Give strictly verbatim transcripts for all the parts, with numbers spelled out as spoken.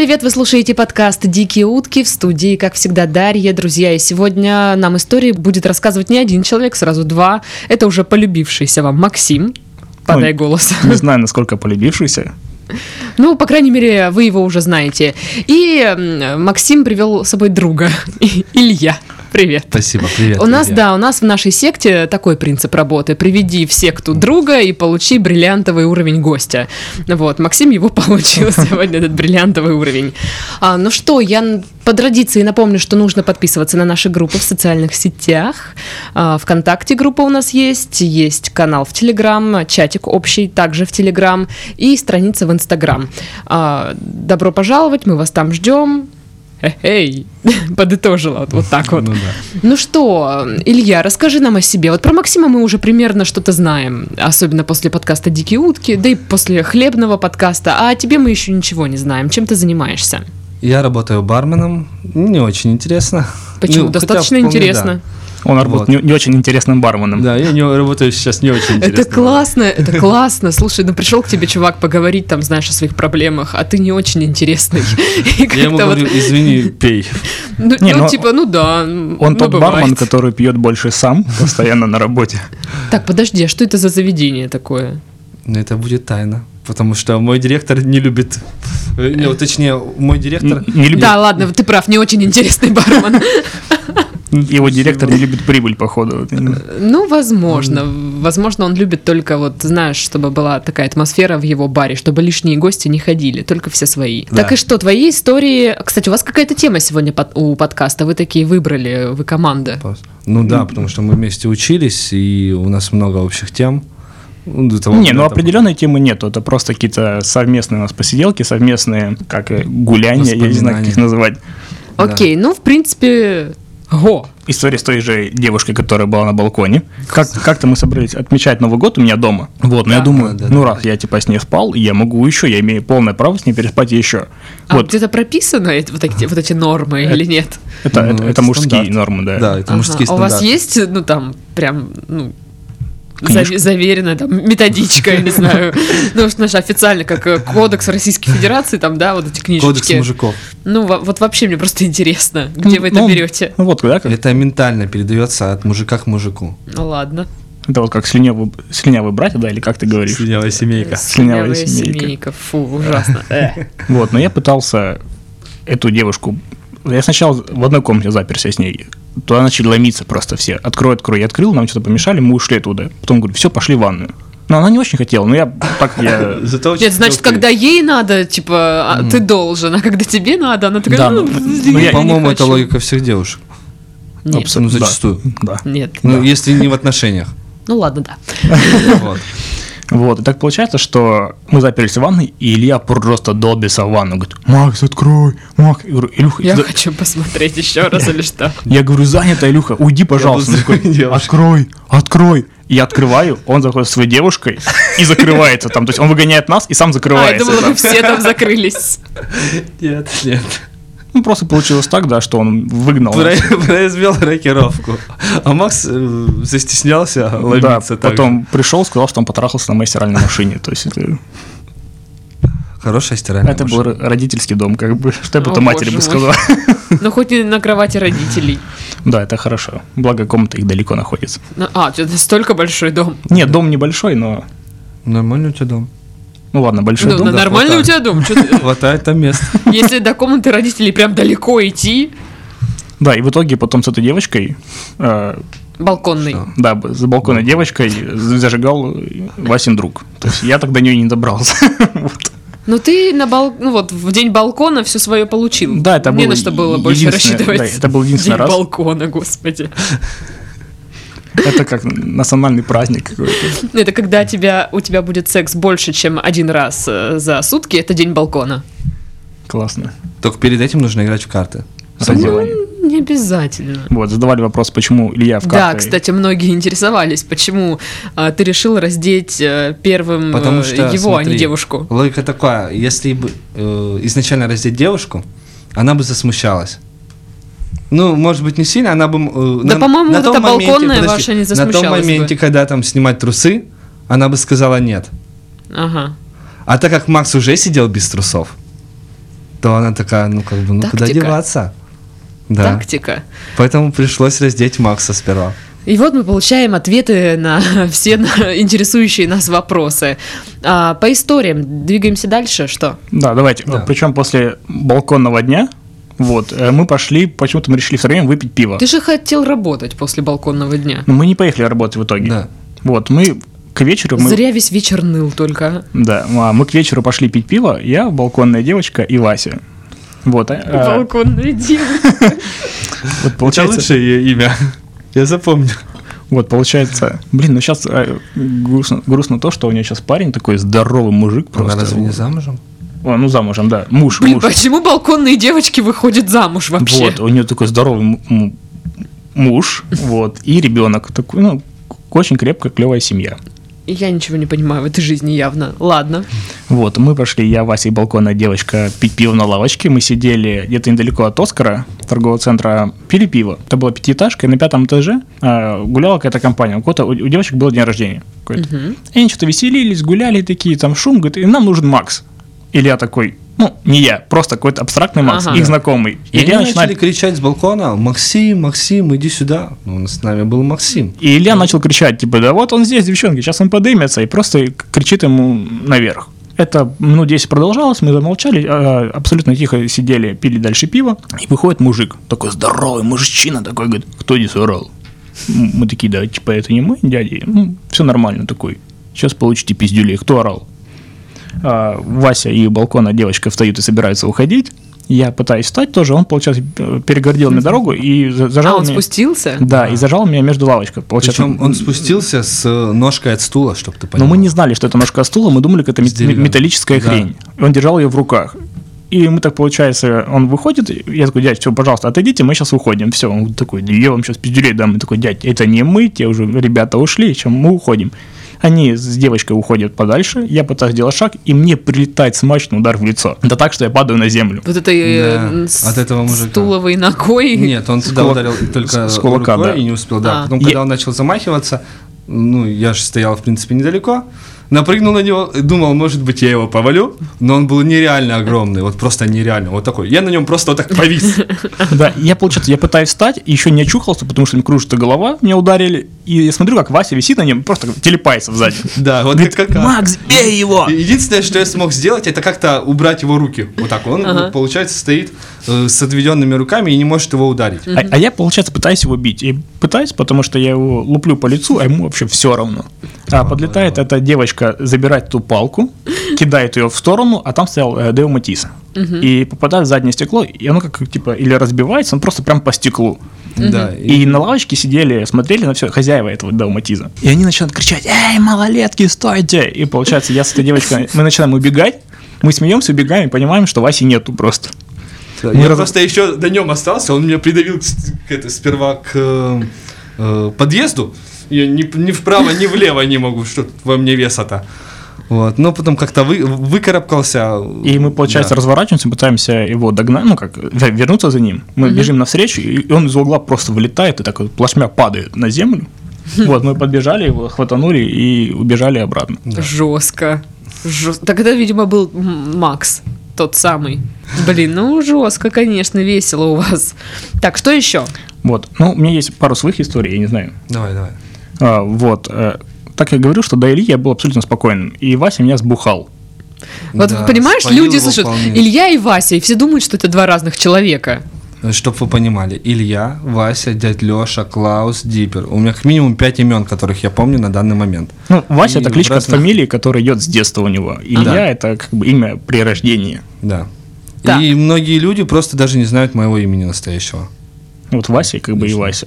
привет! Вы слушаете подкаст «Дикие утки», в студии, как всегда, Дарья. Друзья, и сегодня нам истории будет рассказывать не один человек, сразу два. Это уже полюбившийся вам Максим. Подай ну, голос. Не знаю, насколько полюбившийся. Ну, по крайней мере, вы его уже знаете. И Максим привел с собой друга, Илья. Привет. Спасибо, привет. У нас, Илья. да, у нас в нашей секте такой принцип работы. Приведи в секту друга и получи бриллиантовый уровень гостя. Вот, Максим его получил сегодня, этот бриллиантовый уровень. А, ну что, я по традиции напомню, что нужно подписываться на наши группы в социальных сетях. А, ВКонтакте группа у нас есть, есть канал в Телеграм, чатик общий также в Телеграм и страница в Инстаграм. А, добро пожаловать, мы вас там ждем. Эй, подытожила вот, вот так вот. Ну, да. Ну что, Илья, расскажи нам о себе. Вот про Максима мы уже примерно что-то знаем, особенно после подкаста «Дикие утки», да и после хлебного подкаста. А о тебе мы еще ничего не знаем. Чем ты занимаешься? Я работаю барменом. Не очень интересно. Почему? Ну, достаточно вполне, интересно. Да. Он работает вот. не, не очень интересным барменом. Да, я не работаю сейчас не очень интересно. Это классно, это классно. Слушай, ну пришел к тебе чувак поговорить, там, знаешь, о своих проблемах, а ты не очень интересный. Я ему говорю, извини, пей. Ну, не, ну типа, ну да. Он тот бармен, который пьет больше сам, постоянно на работе. Так, подожди, а что это за заведение такое? Ну, это будет тайна. Потому что мой директор не любит... Ну, точнее, мой директор... Не любит... Да, ладно, ты прав, не очень интересный бармен. Его директор не любит прибыль, походу. Ну, возможно. Возможно, он любит только, вот, знаешь, чтобы была такая атмосфера в его баре, чтобы лишние гости не ходили, только все свои. Да. Так и что, твои истории... Кстати, у вас какая-то тема сегодня под... у подкаста, вы такие выбрали, вы команда. Ну да, потому что мы вместе учились, и у нас много общих тем. Того, не, ну определенной темы нету, это просто какие-то совместные у нас посиделки, совместные, как гуляния, я не знаю, как их называть. Окей, да. Ну, в принципе... Го. История с той же девушкой, которая была на балконе. Как- как-то мы собрались отмечать Новый год у меня дома. Вот, но да, я думаю, да, да, ну да. раз я типа с ней спал, я могу еще, я имею полное право с ней переспать еще. А вот. где-то прописано эти, вот, эти, вот эти нормы это, или нет? Это, ну, это, это, это мужские стандарт. Нормы, да. Да, это ага. мужские стандарты. А у вас есть, ну там, прям, ну... заверенная там методичка, я не знаю, ну, знаешь, официально, как Кодекс Российской Федерации, там, да, вот эти книжечки. Кодекс мужиков. Ну, вот вообще мне просто интересно, где вы это ну, берете. Ну, вот, да, как... Это ментально передается от мужика к мужику. Ну, ладно. Это вот как слюнявые, слюнявые братья, да, или как ты говоришь? Слюнявая семейка. Слюнявая семейка. семейка, фу, ужасно. Вот, но я пытался эту девушку... Я сначала в одной комнате заперся с ней. Туда начали ломиться просто все. Открой, открой. Я открыл, нам что-то помешали, мы ушли оттуда. Потом говорю, все, пошли в ванную. Но она не очень хотела, но я так я... Нет, значит, когда ей надо, типа, mm. ты должен, а когда тебе надо, она такая, да, ну, ну, я, по-моему, это логика всех девушек. Нет. Абсолютно, ну, зачастую. Да. Нет. Ну, да. если не в отношениях. Ну, ладно, да. Вот. Вот, и так получается, что мы заперлись в ванной, и Илья просто долбится в ванну. Говорит, Макс, открой, Макс. Я говорю, Илюха... Я за... хочу посмотреть еще раз или что. Я говорю, занято, Илюха, уйди, пожалуйста. Такой, открой, открой. Я открываю, он заходит со своей девушкой и закрывается там. То есть он выгоняет нас и сам закрывается. А, я думала, вы все там закрылись. Нет, нет. Ну, просто получилось так, да, что он выгнал. Произвел рокировку. А Макс э, застеснялся ломиться. Да, потом же. Пришел, сказал, что он потрахался на моей стиральной машине. То есть это... Хорошая стиральная это машина. Это был родительский дом, как бы. Что я бы то матери бы сказал. Ну, хоть не на кровати родителей. Да, это хорошо. Благо, комната их далеко находится. А, это настолько большой дом. Нет, дом небольшой, но... Нормальный у тебя дом. Ну ладно, большой ну, дом. Ну, да, нормальный хватает. У тебя дом. Ты... Хватает там места. Если до комнаты родителей прям далеко идти. Да, и в итоге потом с этой девочкой... Э, балконной. Что? Да, с балконной девочкой зажигал Васин друг. То есть я так до нее не добрался. Вот. Ну ты на бал... ну, вот, в день балкона все свое получил. Да, это Мне было на что было больше рассчитывать. Да, это был единственный день раз. День балкона, господи. Это как национальный праздник какой-то. Это когда тебя, у тебя будет секс больше, чем один раз за сутки, это день балкона. Классно. Только перед этим нужно играть в карты. Ну, не обязательно. Вот, задавали вопрос, почему Илья в карты... Да, кстати, многие интересовались, почему а, ты решил раздеть а, первым Потому что, его, смотри, а не девушку. Логика такая, если бы э, изначально раздеть девушку, она бы засмущалась. Ну, может быть, не сильно, она бы... Э, да, на, по-моему, на вот эта моменте, балконная подожди, ваша не засмущалась на том моменте, бы. когда там снимать трусы, она бы сказала нет. Ага. А так как Макс уже сидел без трусов, то она такая, ну, как бы, ну, куда Тактика. деваться? Да. Тактика. Поэтому пришлось раздеть Макса сперва. И вот мы получаем ответы на все на- интересующие нас вопросы. А, по историям двигаемся дальше, что? Да, давайте. Да. Причем после балконного дня, вот, э, мы пошли, почему-то мы решили втроем выпить пиво. Ты же хотел работать после балконного дня. Но мы не поехали работать в итоге. Да. Вот, мы к вечеру... Мы, Зря весь вечер ныл только. Да, а мы к вечеру пошли пить пиво, я, балконная девочка и Вася. Вот, а, а, Балконное дело. вот получается... Это лучшее ее имя. Я запомню. Вот, получается... Блин, ну сейчас грустно, грустно то, что у нее сейчас парень такой здоровый мужик просто. Она разве не замужем? О, ну замужем, да. Муж, Блин, муж. почему балконные девочки выходят замуж вообще? Вот, у нее такой здоровый м- м- муж, вот, и ребенок. Такой, ну, очень крепкая, клевая семья. Я ничего не понимаю в этой жизни явно. Ладно. Вот, мы пошли, я, Вася и балконная девочка, пить пиво на лавочке. Мы сидели где-то недалеко от Оскара, торгового центра, пили пиво. Это была пятиэтажка, и на пятом этаже а, гуляла какая-то компания. У, кого-то, у, у девочек был день рождения какой-то. Мгм. И они что-то веселились, гуляли такие, там шум, говорит, и нам нужен Макс. Илья такой, ну, не я, просто какой-то абстрактный Макс, Ага. их знакомый. И Илья они начинает... начали кричать с балкона: «Максим, Максим, иди сюда». Ну, с нами был Максим. И Илья начал кричать, типа, да вот он здесь, девчонки, сейчас он подымется, и просто кричит ему наверх. Это минут десять продолжалось, мы замолчали, а, абсолютно тихо сидели, пили дальше пиво, и выходит мужик, такой здоровый мужчина, такой, говорит, кто здесь орал? М, Мы такие, да, типа, это не мы, дяди, ну, все нормально, такой, сейчас получите пиздюлей, кто орал? А, Вася и балкона девочка встают и собираются уходить, я пытаюсь встать тоже, он, получается, перегородил мне дорогу и за- А зажал он меня... спустился? Да, и зажал меня между лавочкой. Получается, Причем он спустился с э, ножкой от стула, чтобы ты но понял. мы не знали, что это ножка стула, мы думали, что это С мет- деревянной. металлическая Да. хрень. И он держал ее в руках. И мы так, получается, он выходит, и я такой, дядь, все, пожалуйста, отойдите, мы сейчас уходим. Все, он такой, да я вам сейчас пиздюлей дам. И такой, дядь, это не мы, те уже ребята ушли, чем мы уходим. Они с девочкой уходят подальше, я пытаюсь сделать шаг, и мне прилетает смачный удар в лицо. Да так, что я падаю на землю. Вот этой э, Да, с- от этого мужика. стуловой ногой? Нет, он туда кулак- ударил только с кулака, рукой да. и не успел. Да. А. Потом, Я- когда он начал замахиваться, ну, я же стоял, в принципе, недалеко, напрыгнул на него, думал, может быть, я его повалю, но он был нереально огромный, вот просто нереально, вот такой. Я на нем просто вот так повис. Да, я, получается, я пытаюсь встать, и еще не очухался, потому что мне кружится голова, меня ударили, и я смотрю, как Вася висит на нем, просто телепается сзади. Да, вот Говорит, как Макс, бей его! И единственное, что я смог сделать, это как-то убрать его руки. Вот так. Он, Ага. получается, стоит э, с отведенными руками и не может его ударить. А, а я, получается, пытаюсь его бить. И пытаюсь, потому что я его луплю по лицу, а ему вообще все равно. А подлетает эта девочка, забирает ту палку, кидает ее в сторону, а там стоял э, Део Матис. И попадает в заднее стекло, и оно как типа или разбивается, он просто прям по стеклу. Да. И на лавочке сидели, смотрели на все хозяева этого Део Матиза. И они начинают кричать: «Эй, малолетки, стойте!» И получается, я с этой девочкой, мы начинаем убегать, мы смеемся, убегаем и понимаем, что Васи нету просто. Да, Мы я раз- просто еще на нем остался, он меня придавил к, с- к это, сперва к э, э, подъезду. Я ни, ни вправо, ни влево не могу, что во мне веса-то. Вот. Но потом как-то вы, выкарабкался. И мы, получается, Да. разворачиваемся, пытаемся его догнать, ну как, ве- вернуться за ним. Мы бежим навстречу, и он из угла просто вылетает и так вот плашмя падает на землю. Вот, мы подбежали, его хватанули и убежали обратно. Жестко. Жестко. Так это, видимо, был М- Макс, тот самый. Блин, ну жестко, конечно, весело у вас. Так, что еще? Вот, ну, у меня есть пару своих историй, я не знаю. Давай, давай. А, вот, э, так я говорю, что до Ильи я был абсолютно спокойным, и Вася меня сбухал. Вот Да, понимаешь, спалил люди его слышат вполне. Илья и Вася, и все думают, что это два разных человека. Чтоб вы понимали, Илья, Вася, дядь Леша, Клаус, Диппер. У меня как минимум пять имен, которых я помню на данный момент. Ну, Вася И это кличка в от разных- фамилии, которая идет с детства у него. Илья Да. это как бы имя при рождении. Да. Так. И многие люди просто даже не знают моего имени настоящего. Вот Вася как бы и Вася.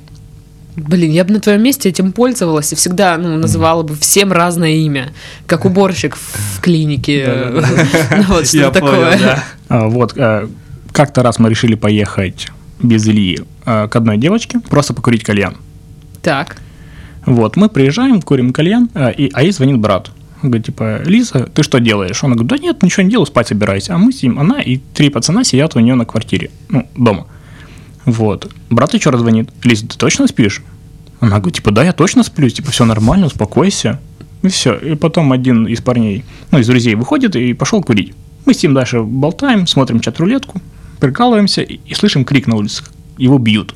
Блин, я бы на твоем месте этим пользовалась и всегда ну, называла бы всем разное имя, как уборщик в клинике. Ну, вот что Я такое. понял, да. А, вот, а, как-то раз мы решили поехать без Ильи а, к одной девочке, просто покурить кальян. Так. Вот, мы приезжаем, курим кальян, а, и, а ей звонит брат. Он говорит, типа, Лиза, ты что делаешь? Он говорит, да нет, ничего не делаю, спать собираюсь. А мы с ним, она и три пацана сидят у нее на квартире, ну, дома. Вот. Брат еще раз звонит, Лиза, ты точно спишь? Она говорит, типа, да, я точно сплю, типа, все нормально, успокойся. И все. И потом один из парней, ну, из друзей выходит и пошел курить. Мы с ним дальше болтаем, смотрим чат-рулетку, прикалываемся и, и слышим крик на улице. Его бьют.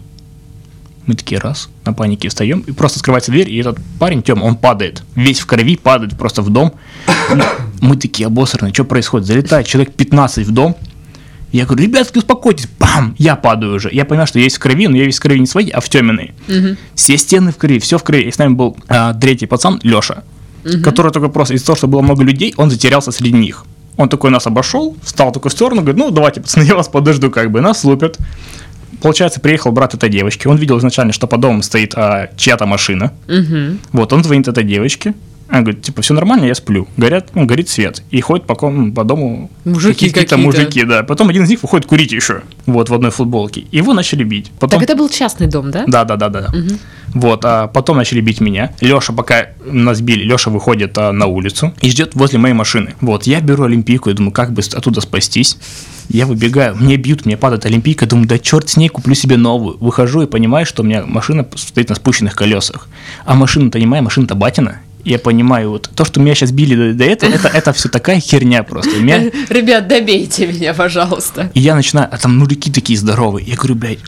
Мы такие раз, на панике встаем, и просто скрывается дверь, и этот парень, Тёма, он падает. Весь в крови, падает просто в дом. Мы такие обосраны, что происходит? Залетает человек пятнадцать в дом. Я говорю, ребятки, успокойтесь. Бам! Я падаю уже. Я понимаю, что я весь в крови, но я весь в крови не своей, а в Тёминой. Угу. Все стены в крови, все в крови. И с нами был а, третий пацан, Лёша, угу. который только просто из-за того, что было много людей, он затерялся среди них. Он такой нас обошел, встал такой в сторону, говорит, ну давайте, пацаны, я вас подожду, как бы, нас лупят. Получается, приехал брат этой девочки, он видел изначально, что по дому стоит а, чья-то машина. Угу. Вот, он звонит этой девочке. Она говорит, типа, все нормально, я сплю. Горят, ну, горит свет. И ходят по, по дому мужики какие-то, какие-то мужики, да. Потом один из них выходит курить еще, вот, в одной футболке. Его начали бить. Потом... Так это был частный дом, да? Да, да, да, да. Угу. Вот, а потом начали бить меня. Леша, пока нас били, Леша выходит а, на улицу и ждет возле моей машины. Вот, я беру олимпийку и думаю, как бы оттуда спастись. Я выбегаю, мне бьют, мне падает олимпийка, думаю, да черт с ней, куплю себе новую. Выхожу и понимаю, что у меня машина стоит на спущенных колесах. А машина-то не моя, машина-то батина. Я понимаю, вот то, что меня сейчас били до, до этого, это, это все такая херня просто. Меня... Ребят, добейте меня, пожалуйста. И я начинаю, а там мужики такие здоровые. Я говорю, блядь,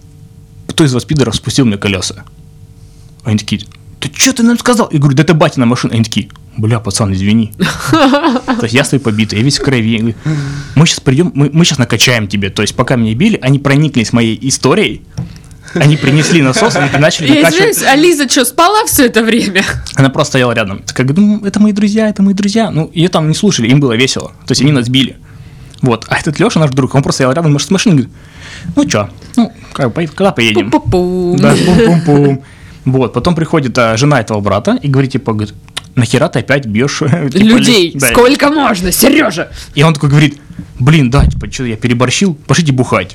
кто из вас, пидоров, спустил мне колеса? Они такие, ты что ты нам сказал? Я говорю, да это батина машина. Они такие, бля, пацан, извини. То есть я стою побитый, я весь в крови. Я говорю, мы сейчас придем, мы, мы сейчас накачаем тебе. То есть пока меня били, они прониклись моей историей. Они принесли насос и начали я накачивать. Извиняюсь, а Лиза что, спала все это время? Она просто стояла рядом. Такая, ну, это мои друзья, это мои друзья. Ну, ее там не слушали, им было весело. То есть они нас били. Вот. А этот Леша, наш друг, он просто стоял рядом с машиной и говорит, ну что, ну, как, когда поедем? Пу-пу-пум. Да, пум-пум-пум. Вот. Потом приходит а, жена этого брата и говорит, типа, говорит, нахера ты опять бьешь типа, людей? Да. Сколько можно, Сережа? И он такой говорит, блин, да, типа, что я переборщил, пошлите бухать.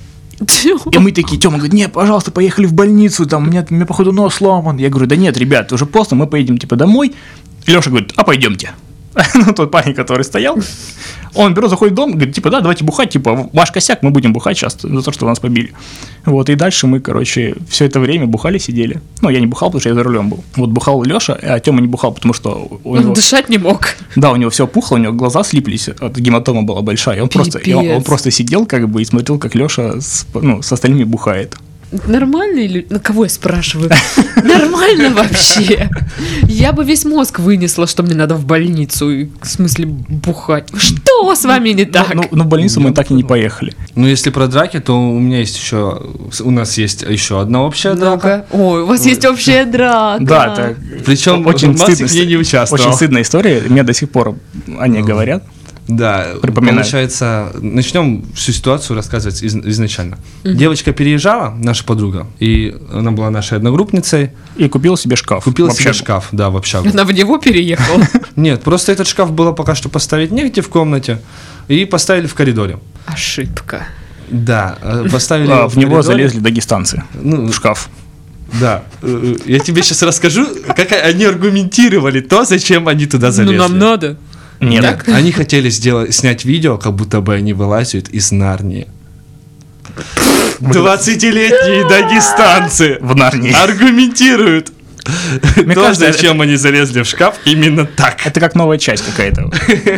И мы такие, Тёма говорит, нет, пожалуйста, поехали в больницу, там, у меня, у меня походу, нос сломан. Я говорю, да нет, ребят, уже поздно, мы поедем, типа, домой. И Лёша говорит, а пойдемте. Ну, тот парень, который стоял, он берет, заходит в дом, говорит, типа, да, давайте бухать, типа, ваш косяк, мы будем бухать сейчас за то, что вы нас побили. Вот, и дальше мы, короче, все это время бухали, сидели. Ну, я не бухал, потому что я за рулем был. Вот бухал Лёша, а Тёма не бухал, потому что у него... Он дышать не мог. Да, у него все пухло, у него глаза слиплись, от гематома была большая, и он, просто, и он, он просто сидел, как бы, и смотрел, как Лёша с, ну, с остальными бухает. Нормальные люди? На кого я спрашиваю? Нормально вообще? Я бы весь мозг вынесла, что мне надо в больницу, и, в смысле бухать. Что с вами не так? Ну, ну в больницу мы так и не поехали. Ну, если про драки, то у меня есть еще, у нас есть еще одна общая драка. Ой, у вас есть общая драка. Да, это причем очень Масик в ней не участвовал. Очень стыдная история, мне до сих пор о ней говорят. Да, припоминаю. Получается, начнем всю ситуацию рассказывать из, изначально. Mm-hmm. Девочка переезжала, наша подруга, и она была нашей одногруппницей. И купила себе шкаф. Купила себе шкаф, да, в общагу. Она в него переехала? Нет, просто этот шкаф было пока что поставить негде в комнате, и поставили в коридоре. Ошибка. Да, поставили а, в, в него залезли дагестанцы, ну, в шкаф. Да, я тебе сейчас расскажу, как они аргументировали то, зачем они туда залезли. Ну, нам надо. Нет. Так, они хотели сделать, снять видео, как будто бы они вылазят из Нарнии. двадцатилетние дагестанцы в Нарнии аргументируют Мне то, кажется, зачем это... они залезли в шкаф, именно так. Это как новая часть какая-то.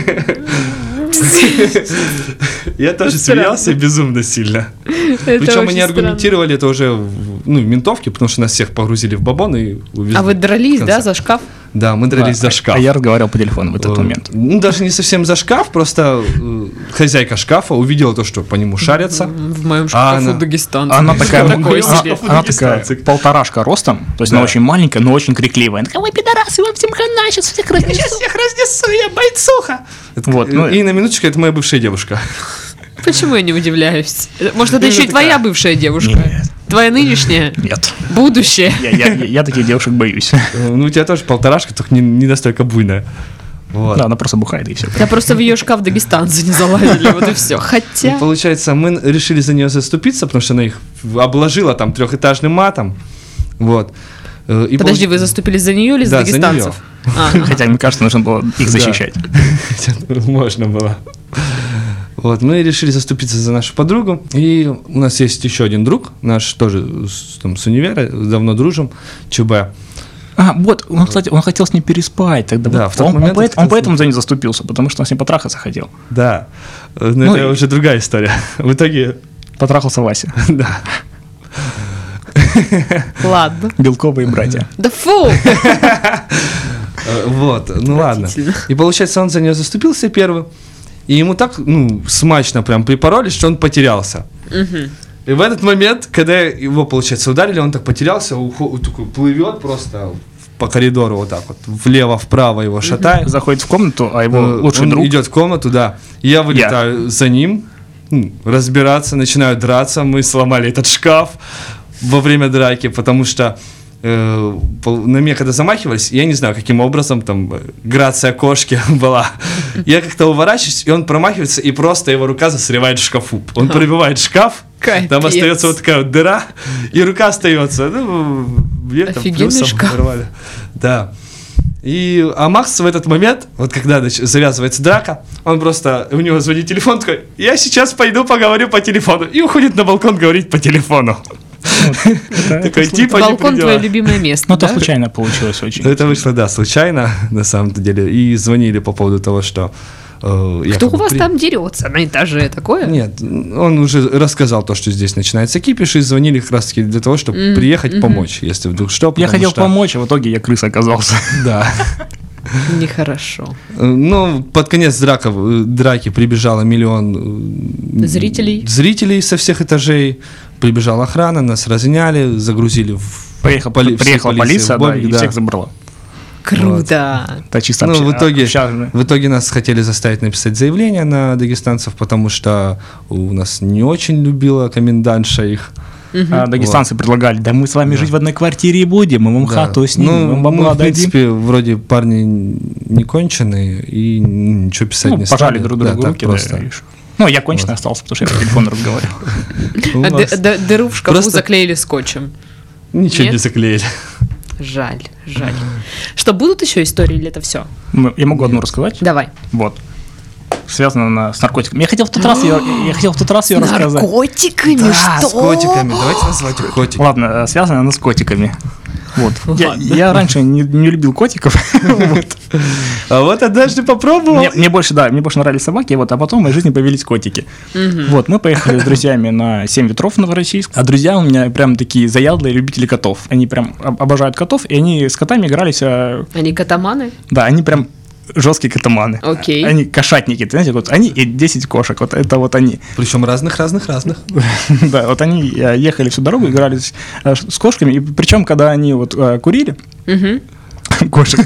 Я тоже смеялся безумно сильно. Причем они аргументировали это уже ну, в ментовке, потому что нас всех погрузили в бабон и увезли. А вы дрались, да, за шкаф? Да, мы дрались а, за шкаф. А я разговаривал по телефону в этот момент. Ну, даже не совсем за шкаф, просто э, хозяйка шкафа увидела то, что по нему шарятся. В моем шкафу а дагестанцы. Она такая, она, она, она такая полторашка ростом, то есть да. Она очень маленькая, но очень крикливая. Она такая, ой, пидорасы, вам всем хана, сейчас всех разнесу. Сейчас всех разнесу, я бойцуха. Вот, ну, и на минуточку, это моя бывшая девушка. Почему я не удивляюсь? Может, это еще и твоя бывшая девушка? Нет. Твоя нынешняя? Нет. Будущее? Я, я, я, я таких девушек боюсь. Ну, у тебя тоже полторашка, только не, не настолько буйная. Вот. Да, она просто бухает и все. Я просто в ее шкаф дагестанцы не залазили, вот и все. Хотя... И получается, мы решили за нее заступиться, потому что она их обложила там трехэтажным матом. Вот. И Подожди, получ... вы заступились за нее или за да, дагестанцев? За а, Хотя, мне кажется, нужно было их защищать. Можно было. Вот, мы решили заступиться за нашу подругу, и у нас есть еще один друг, наш тоже там, с универа, давно дружим, ЧБ. А, вот, он, кстати, он хотел с ней переспать тогда. Да, вот, в тот он, момент он, он поэт- он хотел поэтому за ней заступился, потому что он с ней потрахаться хотел. Да. Но Ну это и- уже другая история. В итоге, Потрахался Вася. да. Ладно. Белковые братья. Да фу! Э, Вот, ну ладно. Отвратительно. И получается, он за нее заступился первым, и ему так, ну, смачно прям припороли, что он потерялся. Мгм. И в этот момент, когда его, получается, ударили, он так потерялся, ухо- такой плывет просто по коридору вот так вот, влево-вправо его шатает. Заходит в комнату, а его Э, лучший он друг... идет в комнату, да. И я вылетаю за ним, ну, разбираться, начинаю драться. Мы сломали этот шкаф во время драки, потому что э, пол- на меня когда замахивались, я не знаю, каким образом там э, грация кошки была. Я как-то уворачиваюсь, и он промахивается, и просто его рука застревает в шкафу. Он пробивает шкаф, Капец. там остается вот такая вот дыра, и рука остается. Ну, мне там Офигенный плюсом шкаф. нормально. Да. И, а Макс в этот момент, вот когда нач- завязывается драка, он просто, у него звонит телефон, такой, я сейчас пойду поговорю по телефону. И уходит на балкон говорить по телефону. Такой типа не Балкон при твое делах. любимое место, Ну, это да? случайно получилось очень. Это вышло, да, случайно, на самом деле. И звонили по поводу того, что... э, Кто якобы у вас при- там дерется на этаже? Такое? Нет, он уже рассказал то, что здесь начинается кипиш, и звонили как раз-таки для того, чтобы Мгм, приехать мгм. помочь, если вдруг что. Я потому хотел что- помочь, а в итоге я крыс оказался. Да. Нехорошо. Э, Ну, под конец драка, э, драки прибежало миллион э, Зрителей. зрителей со всех этажей. Прибежала охрана, нас разняли, загрузили в Приехал, поли- всей приехала полиции полиция, в да, Бобик, и да. всех забрала. Круто. Это чисто Ну, обще- в итоге, общажное. в итоге нас хотели заставить написать заявление на дагестанцев, потому что у нас не очень любила комендантша их. А дагестанцы предлагали, да мы с вами Да. жить в одной квартире и будем, мы вам Да. хату снимем, Ну, мы вам мы, бабла в дадим. принципе, вроде парни не конченые и ничего писать Ну, не пожали стали. друг Да, другу так руки, да, просто. и ш- Ну, я конченый Вот. остался, потому что я по телефону разговаривал. У А нас д- д- дыру в шкафу Просто- заклеили скотчем. Ничего Нет? не заклеили. Жаль, жаль. Что, будут еще истории или это все? Ну, Я могу одну рассказать? Давай. Вот. Связано она с наркотиками. Я хотел в тот раз ее, я хотел в тот раз ее рассказать. Наркотиками? Да, Что? с котиками. Давайте назвать их котики. Ладно, э, связано она с котиками. Вот. Я, Ладно. я раньше не, не любил котиков. Вот. А вот однажды попробовал. Мне, мне больше, да, мне больше нравились собаки, вот, а потом в моей жизни появились котики. Вот, мы поехали с друзьями на семь ветров в Новороссийск, а друзья у меня прям такие заядлые любители котов. Они прям об- обожают котов, и они с котами игрались, а, Они катаманы? да, они прям жесткие котоманы. Окей. Они кошатники, ты знаете, вот они и десять кошек, вот это вот они. Причем разных-разных-разных. Да, вот они э, ехали всю дорогу, игрались э, с кошками, и причем, когда они вот э, курили, Мгм. кошек,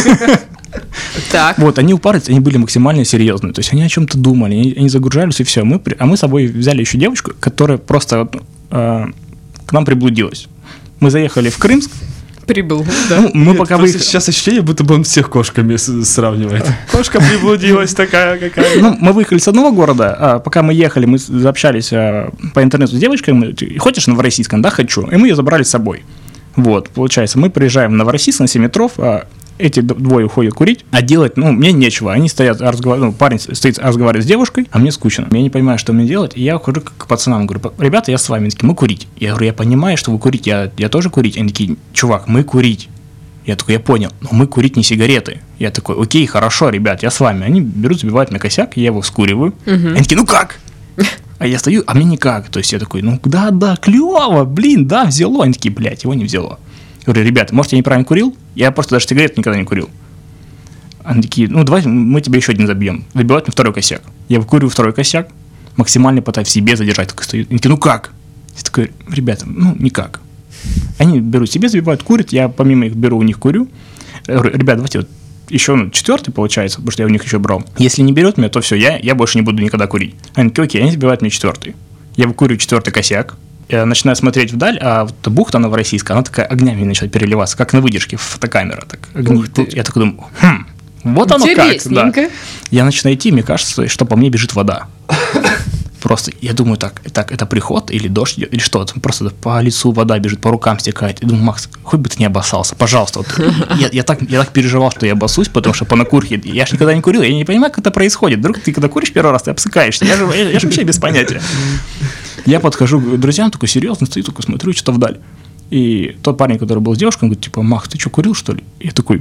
Так. вот, они у пары, они были максимально серьезные, то есть они о чем-то думали, они, они загружались, и все. Мы, при- а мы с собой взяли еще девочку, которая просто вот, э, к нам приблудилась. Мы заехали в Крымск, Прибыл, да. ну, мы Нет, пока просто выехали... сейчас ощущение, будто бы он всех кошками с- сравнивает. Кошка приблудилась такая какая. Ну, мы выехали с одного города, а пока мы ехали, мы заобщались а, по интернету с девочкой, мы, ты хочешь в Новороссийск? Она, да, хочу. И мы ее забрали с собой. Вот, получается, мы приезжаем в Новороссийск на семь метров, а эти д- двое уходят курить, а делать, ну, мне нечего. Они стоят, разговар... ну, парень стоит, разговаривает с девушкой, а мне скучно. Я не понимаю, что мне делать, и я ухожу к к пацанам, говорю, ребята, я с вами. Они такие, мы курить. Я говорю, я понимаю, что вы курите, я, я тоже курить. Они такие, чувак, мы курить. Я такой, я понял, но мы курить не сигареты. Я такой, окей, хорошо, ребят, я с вами. Они берут, забивают мне косяк, я его скуриваю. Они такие, ну как? А я стою, а мне никак. То есть я такой, ну да, да, клево, блин, да, взяло. Они такие, блядь, его не взяло. Я говорю, ребята, может, я неправильно курил? Я просто даже сигарет никогда не курил. Они такие, ну давай мы тебе еще один забьем. Забивают мне второй косяк. Я выкуриваю второй косяк, максимально пытаюсь в себе задержать. Такой стою. Они такие, ну как? Я такой, ребята, ну никак. Они берут себе, забивают, курят. Я помимо их беру, у них курю. Я говорю, ребят, давайте вот еще ну, четвертый получается, потому что я у них еще брал. Если не берет меня, то все, я, я больше не буду никогда курить. Они такие, окей, они забивают мне четвертый. Я выкуриваю четвертый косяк. Я начинаю смотреть вдаль, а вот бухта Новороссийска, она такая огнями начинает переливаться, как на выдержке фотокамера. Так, огни. Ух ты. Я такой думаю, хм, вот оно как. Да. Интересненько. Я начинаю идти, мне кажется, что по мне бежит вода. Просто я думаю, так, так, это приход или дождь идет, или что? Там просто по лицу вода бежит, по рукам стекает. Я думаю, Макс, хоть бы ты не обоссался, пожалуйста. Вот. Я, я, так, я так переживал, что я обоссусь, потому что по накурке, я же никогда не курил, я не понимаю, как это происходит. Вдруг ты когда куришь первый раз, ты обсыкаешься. Я же, я, я же вообще без понятия. Я подхожу к друзьям, такой серьезно стою, такой смотрю что-то вдаль. И тот парень, который был с девушкой, он говорит, типа, Макс, ты что, курил, что ли? Я такой,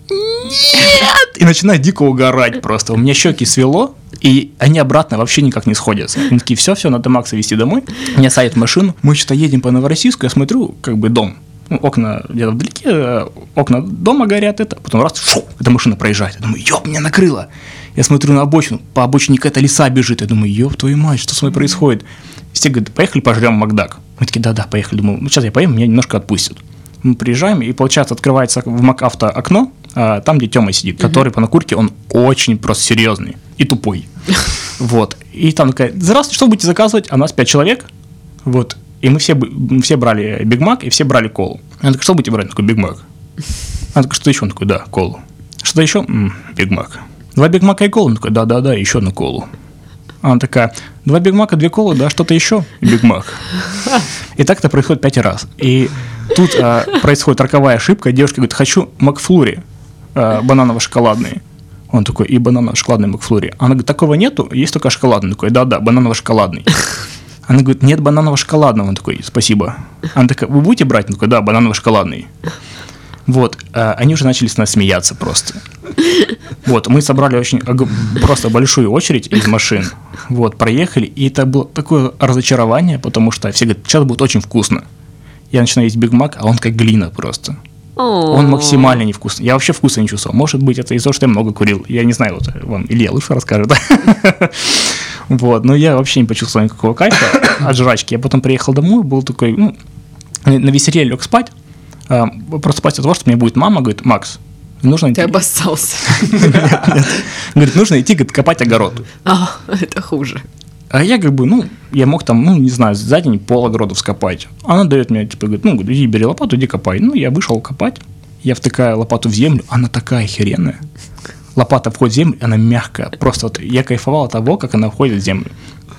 нет! И начинаю дико угорать просто. У меня щеки свело, и они обратно вообще никак не сходятся. Они такие, все-все, надо Макса везти домой. Меня садят в машину, мы что-то едем по Новороссийску, я смотрю, как бы дом. Ну, окна где-то вдалеке, окна дома горят, это, потом раз, фу, эта машина проезжает. Я думаю, ёб, меня накрыло. Я смотрю на обочину, по обочине какая-то лиса бежит. Я думаю, ёб твою мать, что с мной происходит? Все говорят, поехали пожрем Макдак. Мы такие, да-да, поехали. Думаю, ну сейчас я поем, меня немножко отпустят. Мы приезжаем, и получается, открывается в МакАвто окно, а, там, где Тёма сидит, uh-huh. который по накурке, он очень просто серьезный и тупой. Вот. И там такая, здравствуйте, что будете заказывать? А у нас пять человек. Вот. И мы все, мы все брали Биг Мак, и все брали колу. Она такая, что будете брать? Он такой, Биг Мак. Она такая, что еще? Он такой, да, колу. Что-то еще? Биг Мак. Два Биг Мака и колу? Он такой, да-да-да, еще одну колу. Она такая, два Биг Мака, две колы, да, что-то еще? Биг Мак. И так это происходит пять раз. И тут а, происходит роковая ошибка. Девушка говорит, хочу Макфлури а, бананово-шоколадные. Он такой, и бананово-шоколадный Макфлури. Она говорит, такого нету, есть только шоколадный. Он такой, да-да, бананово-шоколадный. Она говорит, нет бананово-шоколадного. Он такой, спасибо. Она такая, вы будете брать? Он такой, да, бананово-шоколадный. Вот, а, они уже начали с нас смеяться просто. Вот, мы собрали очень просто большую очередь из машин. Вот, проехали, и это было такое разочарование, потому что все говорят, сейчас будет очень вкусно. Я начинаю есть Биг Мак, а он как глина просто. Он максимально невкусный. Я вообще вкуса не чувствовал. Может быть, это из-за того, что я много курил. Я не знаю, вот вам Илья лучше расскажет. Вот, но я вообще не почувствовал никакого кайфа от жрачки. Я потом приехал домой, был такой, ну, на веселье лег спать. Просто спать от того, что мне будет мама, говорит, Макс, нужно идти. Ты обоссался. Говорит, нужно идти копать огород. А, это хуже. А я как бы, ну, я мог там, ну, не знаю, за день пол огородов скопать. Она дает мне, типа, говорит, ну, иди бери лопату, иди копай. Ну, я вышел копать, я втыкаю лопату в землю, она такая охеренная. Лопата входит в землю, она мягкая. Просто вот я кайфовал от того, как она входит в землю.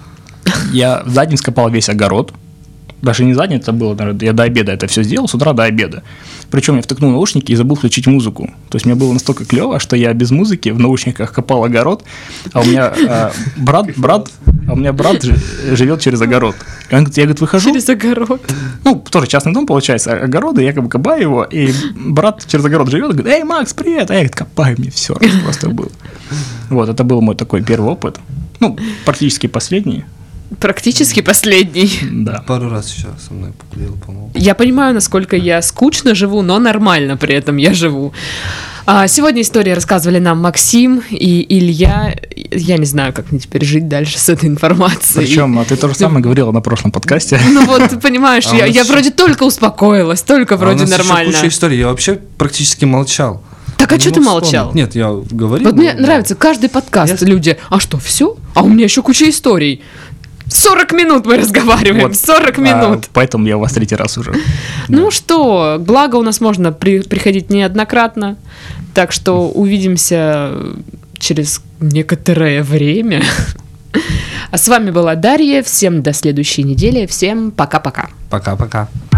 Я за день скопал весь огород. Даже не за день это было, наверное, я до обеда это все сделал, с утра до обеда. Причем я втыкнул наушники и забыл включить музыку. То есть мне было настолько клево, что я без музыки в наушниках копал огород, а у меня э, брат, брат, а у меня брат живет через огород. И он, я, говорит, выхожу. Через огород. Ну, тоже частный дом, получается, огороды, я как бы копаю его, и брат через огород живет, говорит, эй, Макс, привет, а я, говорит, копаю, мне все просто был. Вот, это был мой такой первый опыт. Ну, практически последний. Практически последний. Да. Пару раз сейчас со мной покурил, по-моему. Я понимаю, насколько я скучно живу, но нормально при этом я живу. А, сегодня истории рассказывали нам Максим и Илья. Я не знаю, как мне теперь жить дальше с этой информацией. Причем, а ты то же самое говорила на прошлом подкасте. Ну вот, ты понимаешь, А я, у нас я еще- вроде только успокоилась, только А у вроде нас еще нормально. куча историй, я вообще практически молчал. Так а Не что ты мог молчал? вспомнить. Нет, я говорил. Вот мне но- нравится каждый подкаст, Я- люди, а что, все? А у меня еще куча историй. сорок минут мы разговариваем, Вот. сорок А, минут. поэтому я у вас третий раз уже. Ну что, благо у нас можно при- приходить неоднократно, так что увидимся через некоторое время. А с вами была Дарья, всем до следующей недели, всем пока-пока. Пока-пока.